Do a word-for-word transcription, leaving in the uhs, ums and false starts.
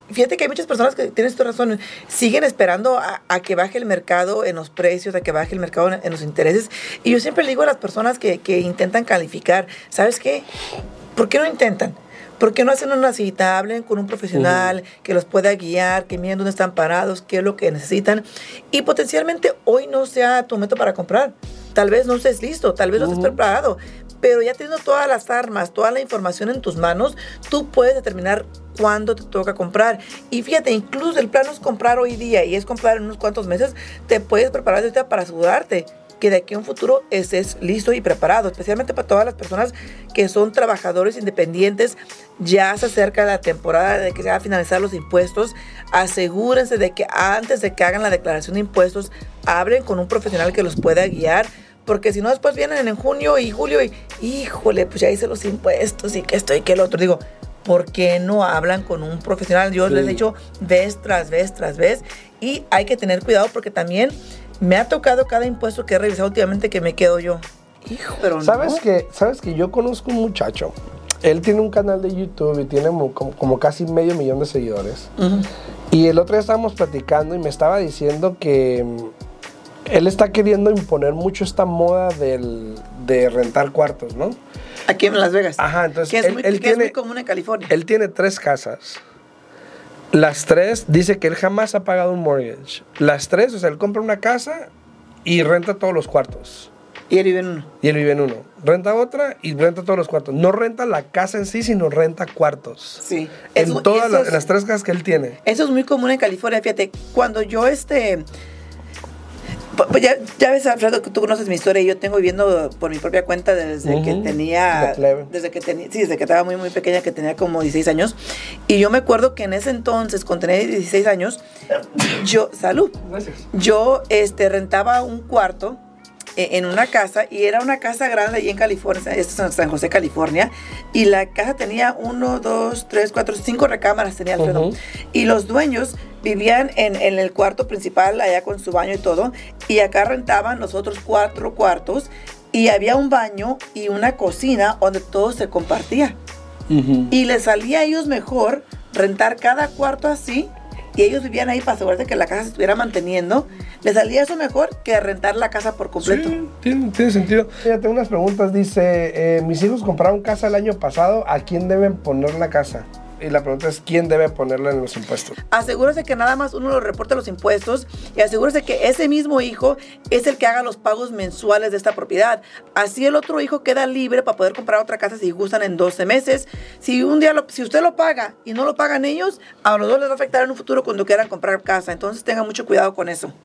fíjate que hay muchas personas que, tienes tu razón, siguen esperando a, a que baje el mercado en los precios, a que baje el mercado en, en los intereses. Y yo siempre le digo a las personas que, que intentan calificar, ¿sabes qué? ¿Por qué no intentan? ¿Por qué no hacen una cita? Hablen con un profesional uh-huh. que los pueda guiar, que miren dónde están parados, qué es lo que necesitan. Y potencialmente hoy no sea tu momento para comprar. Tal vez no estés listo, tal vez uh-huh. no estés preparado. Pero ya teniendo todas las armas, toda la información en tus manos, tú puedes determinar cuándo te toca comprar. Y fíjate, incluso el plan no es comprar hoy día y es comprar en unos cuantos meses. Te puedes preparar ahorita para asegurarte que de aquí a un futuro estés listo y preparado, especialmente para todas las personas que son trabajadores independientes. Ya se acerca la temporada de que se van a finalizar los impuestos. Asegúrense de que antes de que hagan la declaración de impuestos, hablen con un profesional que los pueda guiar, porque si no después vienen en junio y julio y, híjole, pues ya hice los impuestos y que esto y que el otro. Digo, ¿por qué no hablan con un profesional? Yo sí. les he dicho vez tras vez tras vez, y hay que tener cuidado porque también me ha tocado cada impuesto que he revisado últimamente que me quedo yo, hijo, pero ¿Sabes no. que, ¿Sabes que yo conozco un muchacho? Él tiene un canal de YouTube y tiene como, como casi medio millón de seguidores. Uh-huh. Y el otro día estábamos platicando y me estaba diciendo que él está queriendo imponer mucho esta moda del, de rentar cuartos, ¿no? Aquí en Las Vegas. Ajá, entonces que es, él, muy, él que tiene, es muy común en California. Él tiene tres casas. Las tres, dice que él jamás ha pagado un mortgage. Las tres, o sea, él compra una casa y renta todos los cuartos. Y él vive en uno. Y él vive en uno. Renta otra y renta todos los cuartos. No renta la casa en sí, sino renta cuartos. Sí. En eso, todas las, es, en las tres casas que él tiene. Eso es muy común en California. Fíjate, cuando yo este... Pues ya, ya ves, Alfredo, que tú conoces mi historia y yo tengo viviendo por mi propia cuenta desde uh-huh. que tenía, desde que tenía, sí, desde que estaba muy, muy pequeña, que tenía como dieciséis años. Y yo me acuerdo que en ese entonces, cuando tenía dieciséis años, yo, salud, Gracias. yo este, rentaba un cuarto en una casa, y era una casa grande ahí en California, esto es en San José, California, y la casa tenía uno, dos, tres, cuatro, cinco recámaras tenía Alfredo, uh-huh. y los dueños vivían en, en el cuarto principal, allá con su baño y todo, y acá rentaban los otros cuatro cuartos, y había un baño y una cocina donde todo se compartía, uh-huh. y les salía a ellos mejor rentar cada cuarto así, y ellos vivían ahí para asegurarse que la casa se estuviera manteniendo. Les salía eso mejor que rentar la casa por completo. Sí, tiene, tiene sentido. Fíjate, unas preguntas. Dice, eh, mis hijos compraron casa el año pasado. ¿A quién deben poner la casa? Y la pregunta es, ¿quién debe ponerla en los impuestos? Asegúrese que nada más uno lo reporte los impuestos, y asegúrese que ese mismo hijo es el que haga los pagos mensuales de esta propiedad. Así el otro hijo queda libre para poder comprar otra casa si gustan en doce meses. Si un día, lo, si usted lo paga y no lo pagan ellos, a los dos les va a afectar en un futuro cuando quieran comprar casa. Entonces tengan mucho cuidado con eso.